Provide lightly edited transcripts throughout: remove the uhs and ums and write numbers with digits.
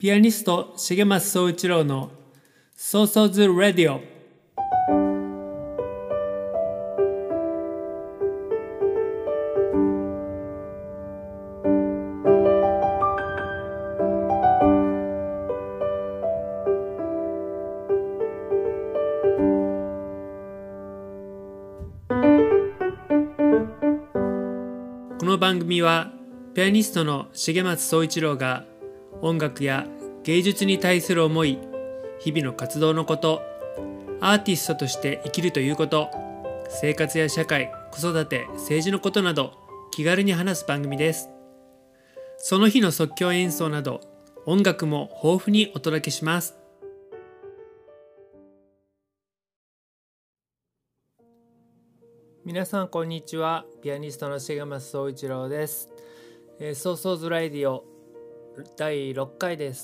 ピアニスト重松総一郎のソーソーズラディオ。この番組はピアニストの重松総一郎が音楽や芸術に対する思い、日々の活動のこと、アーティストとして生きるということ、生活や社会、子育て、政治のことなど気軽に話す番組です。その日の即興演奏など音楽も豊富にお届けします。皆さんこんにちは。ピアニストの重松総一郎です。ソーソーズラディオ第6回です。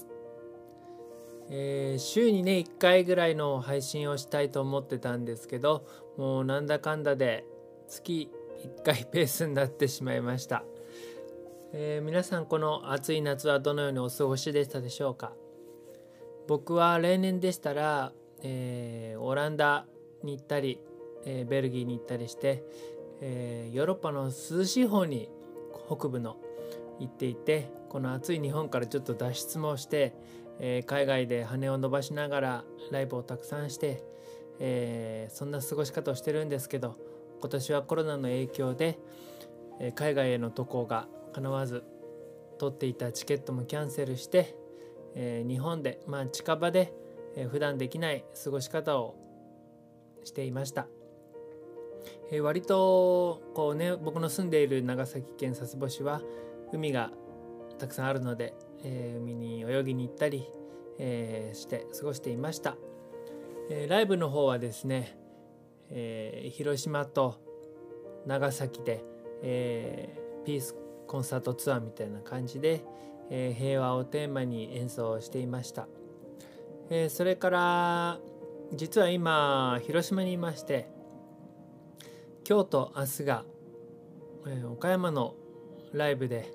週にね1回ぐらいの配信をしたいと思ってたんですけど、もうなんだかんだで月1回ペースになってしまいました。皆さんこの暑い夏はどのようにお過ごしでしたでしょうか。僕は例年でしたら、オランダに行ったり、ベルギーに行ったりして、ヨーロッパの涼しい方に北部の行っていて、この暑い日本からちょっと脱出もして、海外で羽を伸ばしながらライブをたくさんして、そんな過ごし方をしてるんですけど、今年はコロナの影響で、海外への渡航が叶わず、取っていたチケットもキャンセルして、日本で、近場で、普段できない過ごし方をしていました。割とこうね、僕の住んでいる長崎県佐世保市は海がたくさんあるので、海に泳ぎに行ったり、して過ごしていました。ライブの方はですね、広島と長崎で、ピースコンサートツアーみたいな感じで、平和をテーマに演奏していました。それから実は今広島にいまして、今日と明日が、岡山のライブで、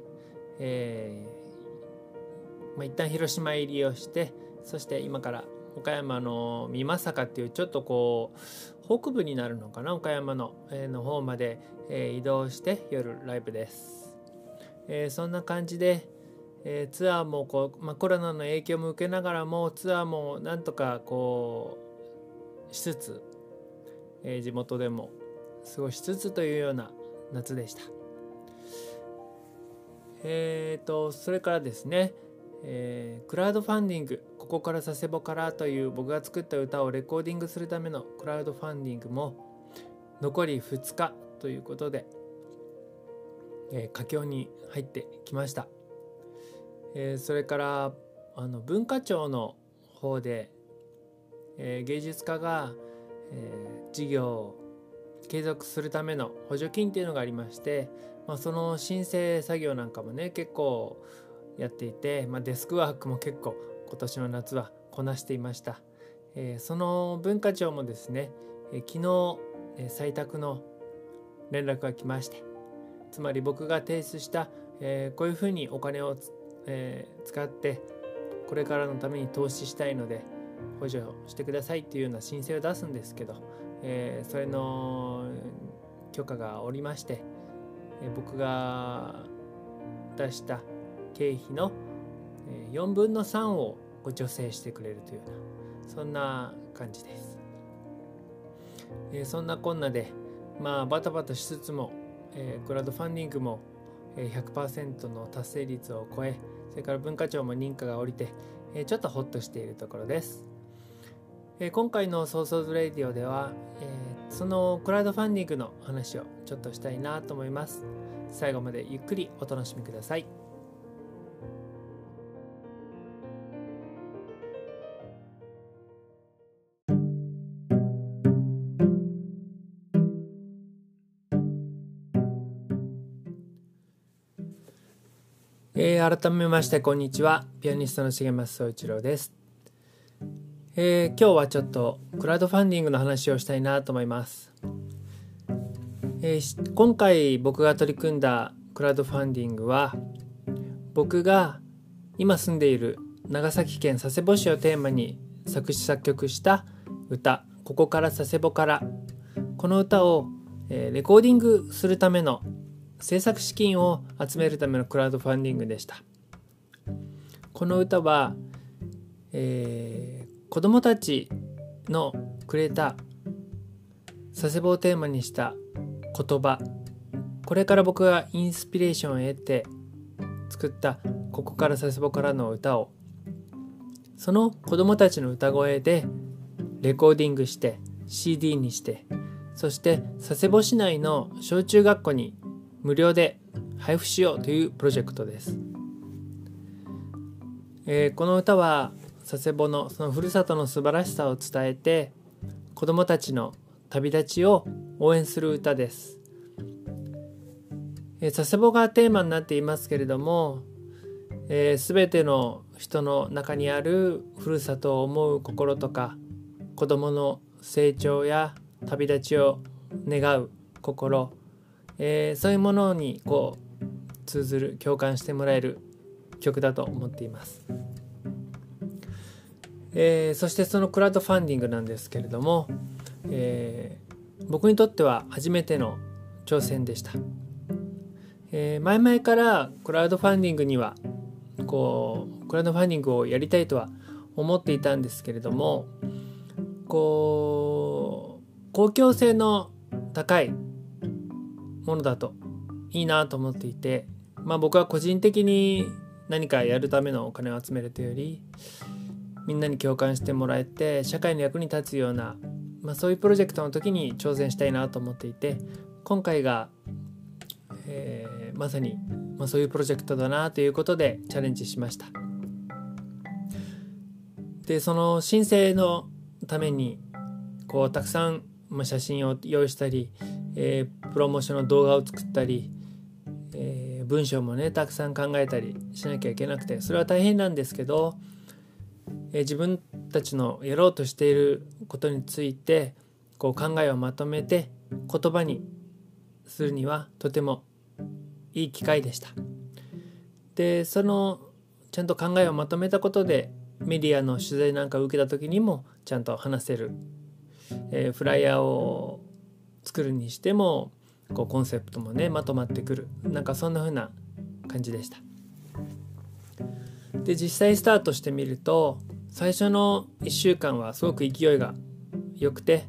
一旦広島入りをして、そして今から岡山の美作っていうちょっとこう北部になるのかな、岡山の方まで移動して夜ライブです。そんな感じでツアーもこう、コロナの影響も受けながらもツアーもなんとかこうしつつ、地元でも過ごしつつというような夏でした。それからですね、クラウドファンディング、ここから佐世保からという僕が作った歌をレコーディングするためのクラウドファンディングも残り2日ということで、佳境に入ってきました。それから文化庁の方で、芸術家が、事業を継続するための補助金っていうのがありまして、その申請作業なんかもね結構やっていて、デスクワークも結構今年の夏はこなしていました。その文化庁もですね、昨日、採択の連絡が来まして、つまり僕が提出した、こういうふうにお金を、使ってこれからのために投資したいので補助してくださいっていうような申請を出すんですけど、それの許可が下りまして、僕が出した経費の4分の3を助成してくれるというような、そんな感じです。そんなこんなでバタバタしつつも、クラウドファンディングも 100% の達成率を超え、それから文化庁も認可が下りて、ちょっとホッとしているところです。今回のソーソーズレディオでは、そのクラウドファンディングの話をちょっとしたいなと思います。最後までゆっくりお楽しみください。改めましてこんにちは。ピアニストの重松総一郎です。今日はちょっとクラウドファンディングの話をしたいなと思います。今回僕が取り組んだクラウドファンディングは、僕が今住んでいる長崎県佐世保市をテーマに作詞作曲した歌、ここから佐世保から。この歌をレコーディングするための制作資金を集めるためのクラウドファンディングでした。この歌は、子どもたちのくれた佐世保をテーマにした言葉、これから僕がインスピレーションを得て作ったここから佐世保からの歌を、その子どもたちの歌声でレコーディングして CD にして、そして佐世保市内の小中学校に無料で配布しようというプロジェクトです。この歌は佐世保のそのふるさとの素晴らしさを伝えて、子どもたちの旅立ちを応援する歌です。佐世保がテーマになっていますけれども、すべての人の中にあるふるさとを思う心とか、子どもの成長や旅立ちを願う心、そういうものに通ずる、共感してもらえる曲だと思っています。そしてそのクラウドファンディングなんですけれども、僕にとっては初めての挑戦でした。前々からクラウドファンディングにはクラウドファンディングをやりたいとは思っていたんですけれども、公共性の高いものだといいなと思っていて、僕は個人的に何かやるためのお金を集めるというより、みんなに共感してもらえて社会の役に立つような、そういうプロジェクトの時に挑戦したいなと思っていて、今回が、まさに、そういうプロジェクトだなということでチャレンジしました。で、その申請のためにたくさん、写真を用意したり、プロモーションの動画を作ったり、文章もねたくさん考えたりしなきゃいけなくて、それは大変なんですけど、自分たちのやろうとしていることについて考えをまとめて言葉にするにはとてもいい機会でした。で、ちゃんと考えをまとめたことでメディアの取材なんかを受けた時にもちゃんと話せる、フライヤーを作るにしてもコンセプトもねまとまってくる、そんな風な感じでした。で、実際スタートしてみると、最初の1週間はすごく勢いが良くて、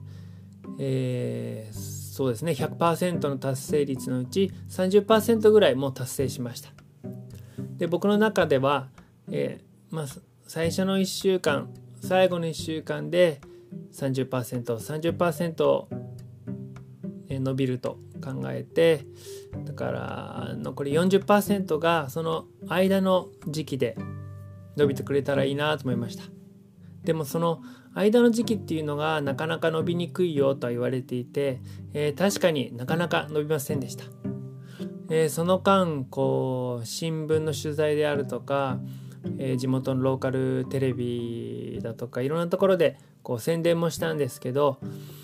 そうですね 100% の達成率のうち 30% ぐらいも達成しました。で、僕の中では、最初の1週間、最後の1週間で 30%、30% 伸びると考えて、だから残り 40% がその間の時期で伸びてくれたらいいなと思いました。でもその間の時期っていうのがなかなか伸びにくいよとは言われていて、確かになかなか伸びませんでした。その間新聞の取材であるとか、地元のローカルテレビだとかいろんなところで宣伝もしたんですけど、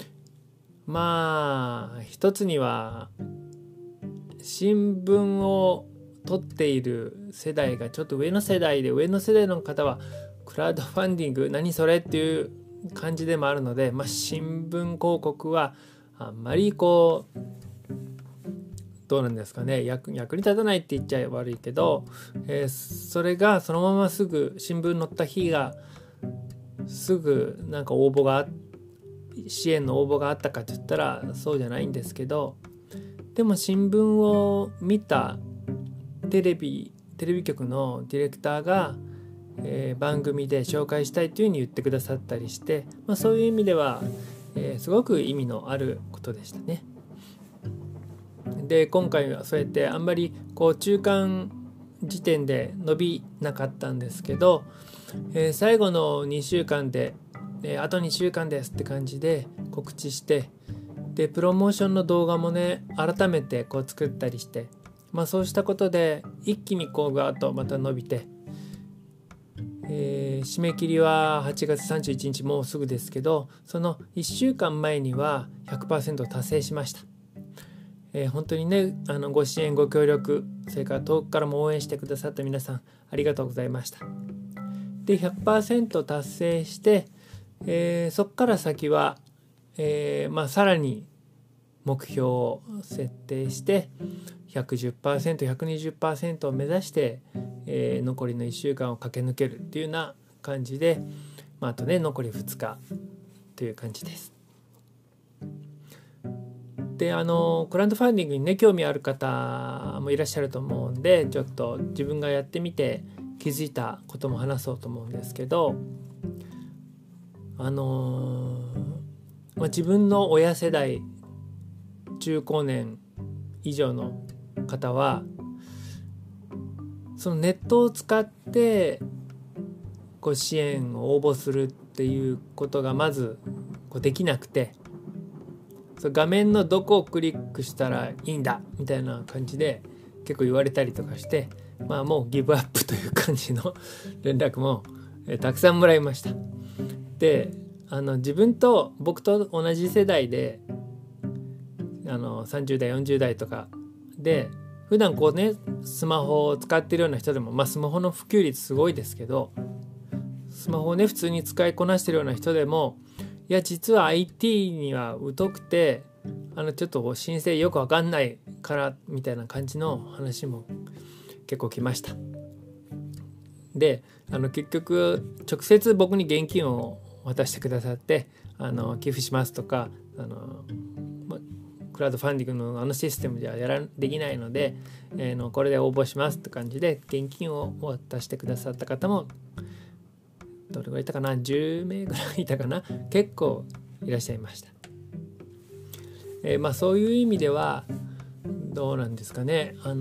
一つには新聞を取っている世代がちょっと上の世代で、上の世代の方はクラウドファンディング何それっていう感じでもあるので、新聞広告はあんまりどうなんですかね、役に立たないって言っちゃ悪いけど、それがそのまますぐ新聞載った日がすぐ支援の応募があったかって言ったらそうじゃないんですけど、でも新聞を見たテレビ局のディレクターが、番組で紹介したいというふうに言ってくださったりして、そういう意味では、すごく意味のあることでしたね。で、今回はそうやってあんまり中間時点で伸びなかったんですけど、最後の2週間で、あと2週間ですって感じで告知して、でプロモーションの動画もね改めて作ったりして、そうしたことで一気にガーッとまた伸びて、締め切りは8月31日もうすぐですけど、その1週間前には 100% 達成しました。本当にねご支援ご協力、それから遠くからも応援してくださった皆さんありがとうございました。 で 100% 達成して、そこから先は、さらに目標を設定して 110%、120% を目指して、残りの1週間を駆け抜けるっていうような感じで、あとね残り2日という感じです。でクラウドファンディングにね興味ある方もいらっしゃると思うんで、ちょっと自分がやってみて気づいたことも話そうと思うんですけど、自分の親世代中高年以上の方はそのネットを使って支援を応募するっていうことがまずできなくて、画面のどこをクリックしたらいいんだみたいな感じで結構言われたりとかして、もうギブアップという感じの連絡もたくさんもらいました。で自分と僕と同じ世代で30代40代とかで普段スマホを使ってるような人でも、スマホの普及率すごいですけど、スマホを普通に使いこなしてるような人でも、いや実は IT には疎くてちょっと申請よく分かんないからみたいな感じの話も結構来ました。で結局直接僕に現金を渡してくださって寄付しますとかクラウドファンディングのシステムではできないので、これで応募しますって感じで現金を渡してくださった方もどれぐらいいたかな、10名ぐらいいたかな、結構いらっしゃいました。そういう意味ではどうなんですかね、クラウ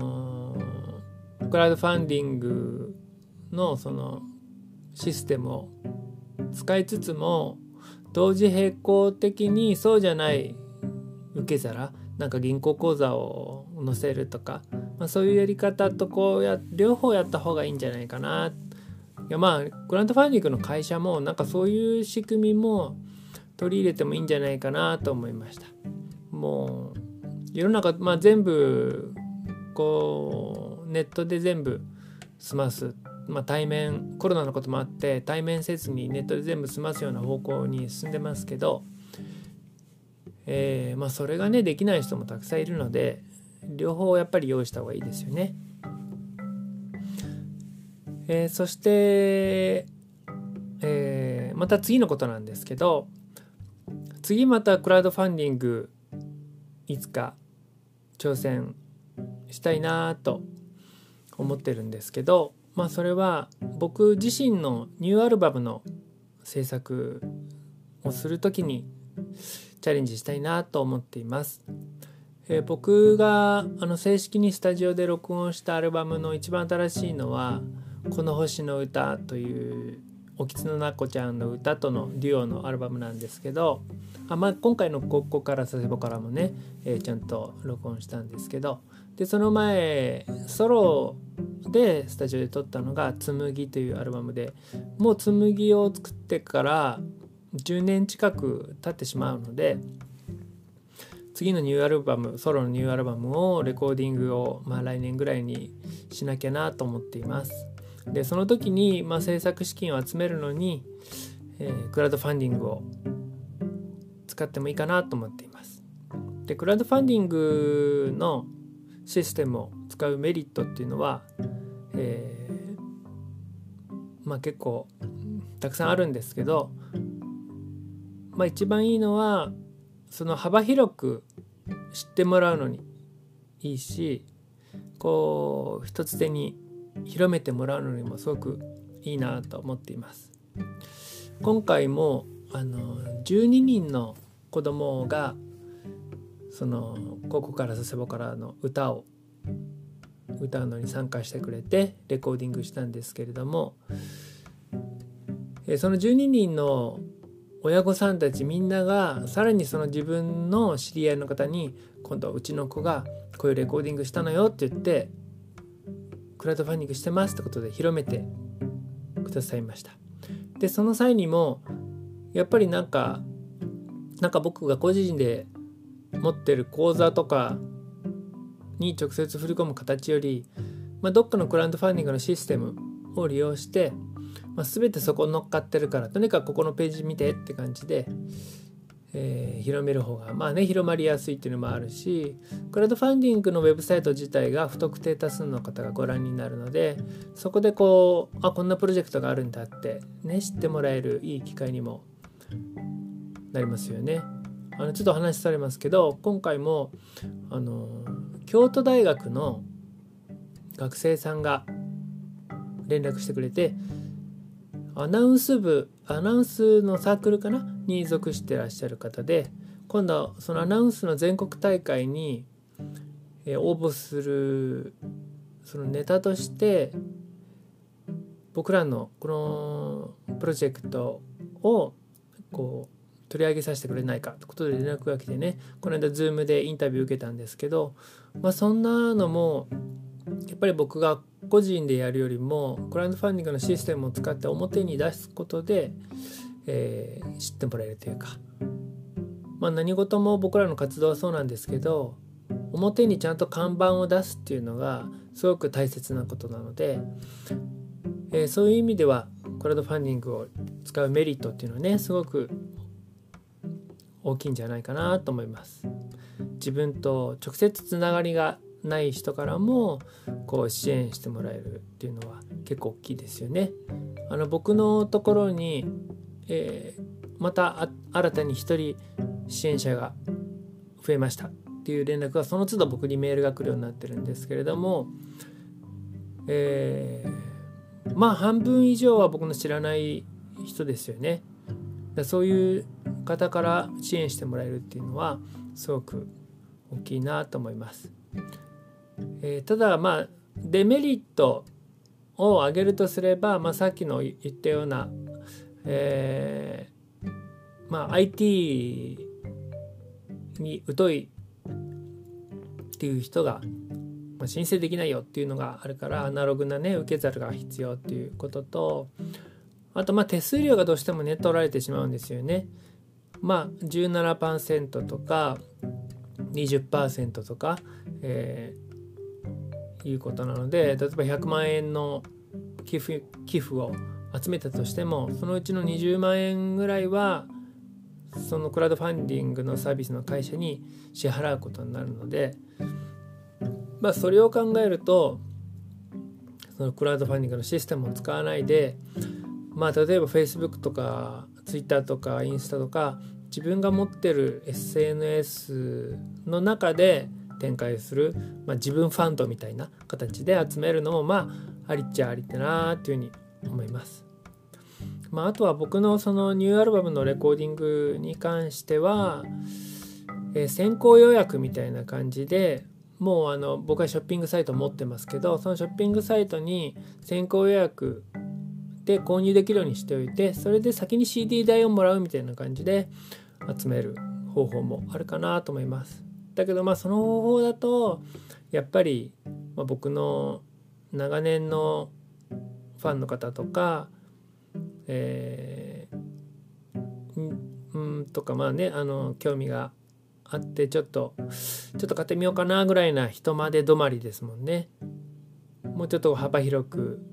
ドファンディングのそのシステムを使いつつも同時並行的にそうじゃない受け皿、銀行口座を載せるとか、そういうやり方と両方やった方がいいんじゃないかな。クラウドファンディングの会社もそういう仕組みも取り入れてもいいんじゃないかなと思いました。もう世の中、全部ネットで全部済ます、対面コロナのこともあって対面せずにネットで全部済ますような方向に進んでますけど、それがねできない人もたくさんいるので両方やっぱり用意した方がいいですよね。そして、また次のことなんですけど、次またクラウドファンディングいつか挑戦したいなと思ってるんですけど、それは僕自身のニューアルバムの制作をするときにチャレンジしたいなと思っています。僕が正式にスタジオで録音したアルバムの一番新しいのはこの星の歌というおきつのなっこちゃんの歌とのデュオのアルバムなんですけど、今回のここからさせぼからもね、ちゃんと録音したんですけど、でその前ソロでスタジオで撮ったのが紬というアルバムで、もう紬を作ってから10年近く経ってしまうので、次のニューアルバム、ソロのニューアルバムをレコーディングを来年ぐらいにしなきゃなと思っています。でその時に制作資金を集めるのに、クラウドファンディングを使ってもいいかなと思っています。でクラウドファンディングのシステムを使うメリットっていうのは、結構たくさんあるんですけど、一番いいのはその幅広く知ってもらうのにいいし、一つ手に広めてもらうのにもすごくいいなと思っています。今回も12人の子供がそのここからさせぼからの歌を歌うのに参加してくれてレコーディングしたんですけれども、その12人の親御さんたちみんながさらにその自分の知り合いの方に、今度はうちの子がこういうレコーディングしたのよって言ってクラウドファンディングしてますってことで広めてくださいました。でその際にもやっぱり僕が個人で持ってる口座とかに直接振り込む形より、どっかのクラウドファンディングのシステムを利用して全てそこに乗っかってるから、とにかくここのページ見てって感じで、広める方が広まりやすいっていうのもあるし、クラウドファンディングのウェブサイト自体が不特定多数の方がご覧になるので、そこでこんなプロジェクトがあるんだってね、知ってもらえるいい機会にもなりますよね。ちょっと話されますけど、今回も京都大学の学生さんが連絡してくれて、アナウンスのサークルかなに属してらっしゃる方で、今度そのアナウンスの全国大会に応募するそのネタとして、僕らのこのプロジェクトを取り上げさせてくれないかということで連絡が来てね、この間 Zoom でインタビュー受けたんですけど、そんなのもやっぱり僕が個人でやるよりもクラウドファンディングのシステムを使って表に出すことで、知ってもらえるというか、何事も僕らの活動はそうなんですけど、表にちゃんと看板を出すっていうのがすごく大切なことなので、そういう意味ではクラウドファンディングを使うメリットっていうのはね、すごく大きいんじゃないかなと思います。自分と直接つながりがない人からも支援してもらえるっていうのは結構大きいですよね。僕のところに、また新たに一人支援者が増えましたっていう連絡がその都度僕にメールが来るようになってるんですけれども、半分以上は僕の知らない人ですよね。そういう方から支援してもらえるっていうのはすごく大きいなと思います。ただデメリットを挙げるとすれば、さっきの言ったような、IT に疎いっていう人が、申請できないよっていうのがあるから、アナログなね受け皿が必要っていうことと、あと手数料がどうしてもね取られてしまうんですよね。17% とか 20% とか、いうことなので、例えば100万円の寄付を集めたとしても、そのうちの20万円ぐらいはそのクラウドファンディングのサービスの会社に支払うことになるので、それを考えると、そのクラウドファンディングのシステムを使わないで、例えば Facebook とか Twitter とかインスタとか自分が持ってる SNS の中で展開する、自分ファンドみたいな形で集めるのもありっちゃありだなっていうふうに思います。あとは僕のそのニューアルバムのレコーディングに関しては、先行予約みたいな感じで、もう僕はショッピングサイト持ってますけど、そのショッピングサイトに先行予約で購入できるようにしておいて、それで先に CD 代をもらうみたいな感じで集める方法もあるかなと思います。だけどその方法だとやっぱり、僕の長年のファンの方とか、とか興味があってちょっと買ってみようかなぐらいな人まで止まりですもんね。もうちょっと幅広く、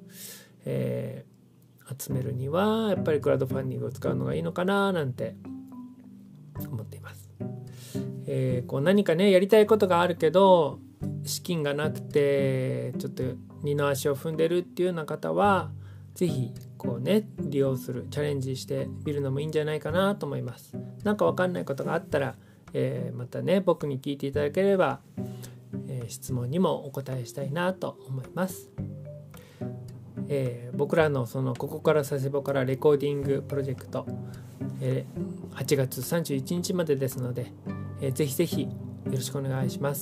集めるにはやっぱりクラウドファンディングを使うのがいいのかななんて思っています。何かねやりたいことがあるけど資金がなくてちょっと二の足を踏んでるっていうような方は、ぜひ利用するチャレンジしてみるのもいいんじゃないかなと思います。なんか分かんないことがあったら、またね僕に聞いていただければ、質問にもお答えしたいなと思います。僕らのそのここから佐世保からレコーディングプロジェクト、8月31日までですので、ぜひぜひよろしくお願いします。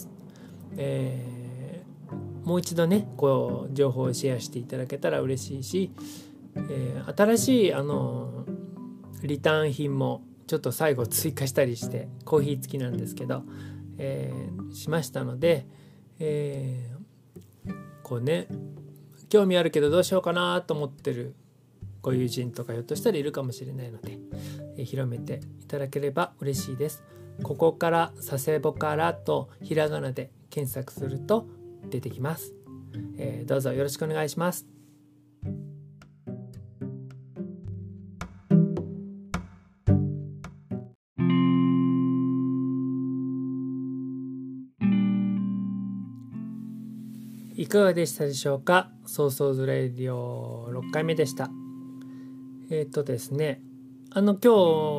もう一度ね情報をシェアしていただけたら嬉しいし、新しいリターン品もちょっと最後追加したりして、コーヒー付きなんですけど、しましたので、興味あるけどどうしようかなと思ってるご友人とかひょっとしたらいるかもしれないので、広めていただければ嬉しいです。ここから佐世保からとひらがなで検索すると出てきます。どうぞよろしくお願いします。 いかがでしたでしょうか。ソーソーズレディオ6回目でした。ですね、今日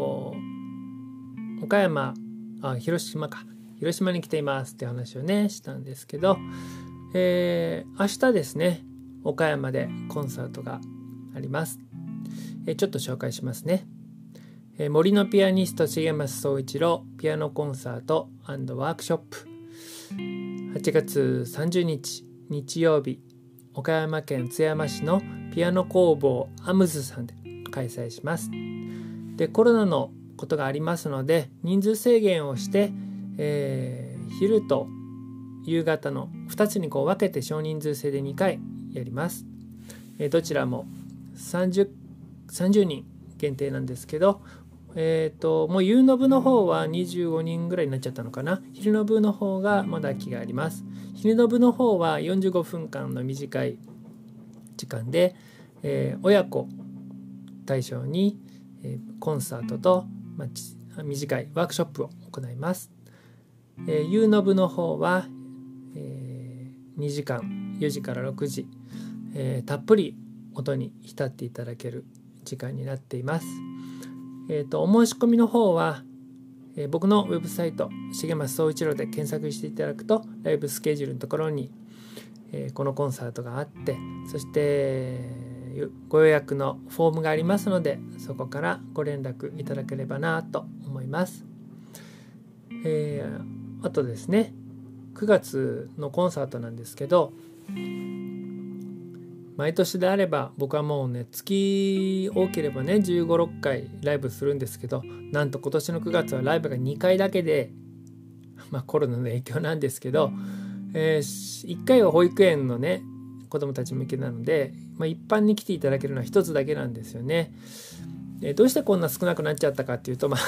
岡山広島に来ていますって話をねしたんですけど、明日ですね、岡山でコンサートがあります。ちょっと紹介しますね。森のピアニスト重松総一郎ピアノコンサート&ワークショップ、8月30日日曜日、岡山県津山市のピアノ工房アムズさんで開催します。で、コロナのことがありますので人数制限をして、昼と夕方の2つに分けて少人数制で2回やります。どちらも30人限定なんですけど、もう夕の部の方は25人ぐらいになっちゃったのかな。昼の部の方がまだ空きがあります。昼の部の方は45分間の短い時間で、親子対象に、コンサートと、短いワークショップを行います。夕の部の方は、2時間4時から6時、たっぷり音に浸っていただける時間になっています。お申し込みの方は、僕のウェブサイト重松総一郎で検索していただくとライブスケジュールのところに、このコンサートがあって、そしてご予約のフォームがありますので、そこからご連絡いただければなと思います。あとですね、9月のコンサートなんですけど、毎年であれば僕はもうね、月多ければね15、6回ライブするんですけど、なんと今年の9月はライブが2回だけで、コロナの影響なんですけど、1回は保育園のね子どもたち向けなので、一般に来ていただけるのは1つだけなんですよね。どうしてこんな少なくなっちゃったかっていうと、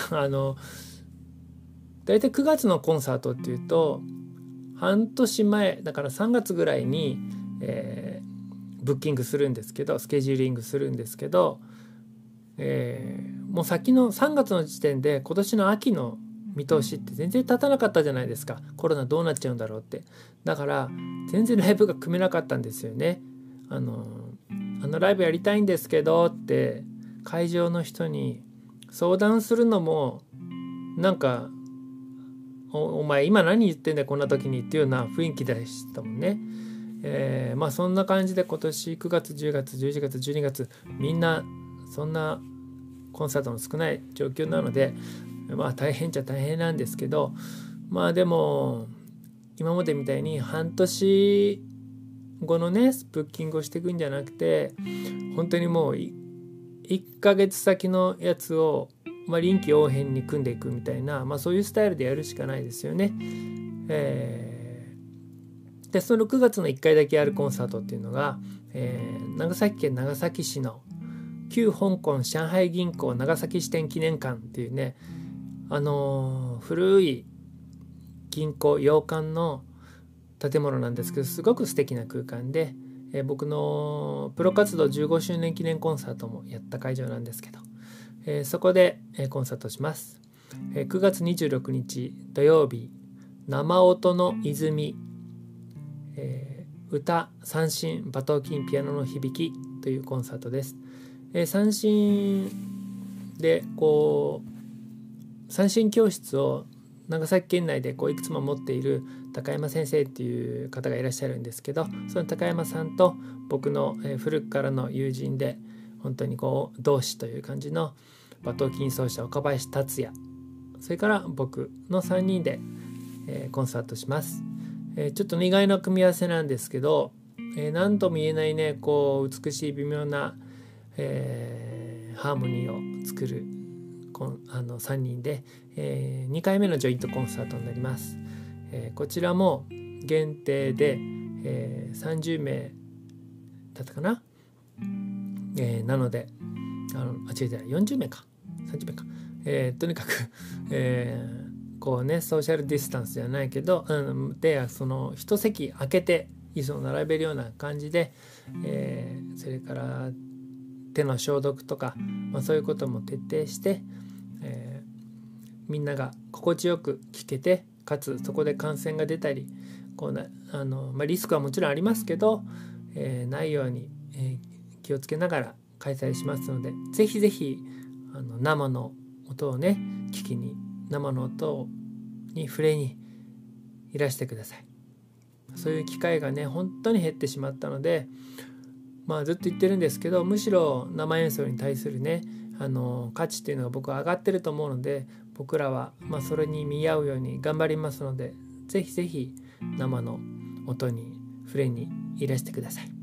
大体9月のコンサートっていうと半年前だから3月ぐらいに、ブッキングするんですけど、スケジューリングするんですけど、もう先の3月の時点で今年の秋の見通しって全然立たなかったじゃないですか。コロナどうなっちゃうんだろうって。だから全然ライブが組めなかったんですよね。あのライブやりたいんですけどって会場の人に相談するのもなんか お前今何言ってんだよこんな時にっていうような雰囲気でしたもんね。そんな感じで今年9月10月11月12月みんなそんなコンサートの少ない状況なので、大変っちゃ大変なんですけど、でも今までみたいに半年後のねブッキングをしていくんじゃなくて、本当にもう1ヶ月先のやつを、臨機応変に組んでいくみたいな、そういうスタイルでやるしかないですよね。でその9月の1回だけやるコンサートっていうのが、長崎県長崎市の旧香港上海銀行長崎支店記念館っていうね、古い銀行洋館の建物なんですけど、すごく素敵な空間で、僕のプロ活動15周年記念コンサートもやった会場なんですけど、そこでコンサートします。9月26日土曜日、生音の泉、歌、三線、馬頭琴、ピアノの響きというコンサートです。三線で三線教室を長崎県内でいくつも持っている高山先生っていう方がいらっしゃるんですけど、その高山さんと僕の古くからの友人で、本当に同志という感じの馬頭琴奏者岡林達也、それから僕の3人でコンサートします。ちょっと意外な組み合わせなんですけど、何とも言えないね美しい微妙な、ハーモニーを作る3人で、2回目のジョイントコンサートになります。こちらも限定で、30名だったかな、なので40名か30名か、とにかく、ソーシャルディスタンスじゃないけど、でその一席空けて椅子を並べるような感じで、それから手の消毒とか、そういうことも徹底して、みんなが心地よく聴けて、かつそこで感染が出たりリスクはもちろんありますけど、ないように、気をつけながら開催しますので、ぜひぜひ生の音をね聞きに、生の音に触れにいらしてください。そういう機会がね本当に減ってしまったので、ずっと言ってるんですけど、むしろ生演奏に対するね価値っていうのが僕は上がってると思うので、僕らはそれに見合うように頑張りますので、ぜひぜひ生の音に触れにいらしてください。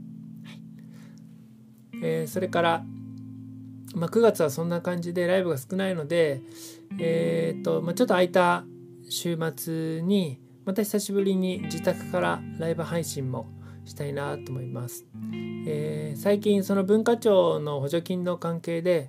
それから、9月はそんな感じでライブが少ないので、ちょっと空いた週末にまた久しぶりに自宅からライブ配信もしたいなと思います。最近その文化庁の補助金の関係で、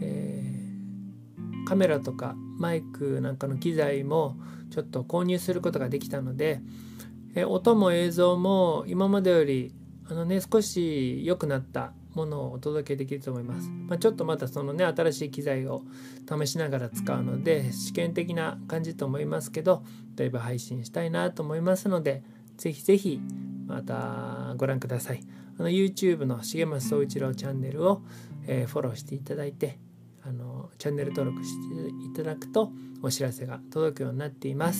カメラとかマイクなんかの機材もちょっと購入することができたので、音も映像も今までより少し良くなったものをお届けできると思います。ちょっとまたそのね新しい機材を試しながら使うので試験的な感じと思いますけど、だいぶ配信したいなと思いますので、ぜひぜひまたご覧ください。YouTube の重松総一郎チャンネルを、フォローしていただいて、チャンネル登録していただくとお知らせが届くようになっています。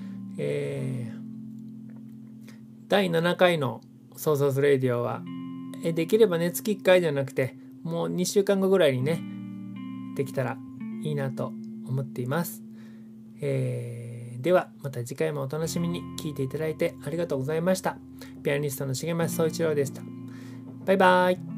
第7回のソーソースレディオはできればね月1回じゃなくてもう2週間後ぐらいにねできたらいいなと思っています。ではまた次回もお楽しみに聞いていただいてありがとうございました。ピアニストの重松総一郎でした。バイバイ。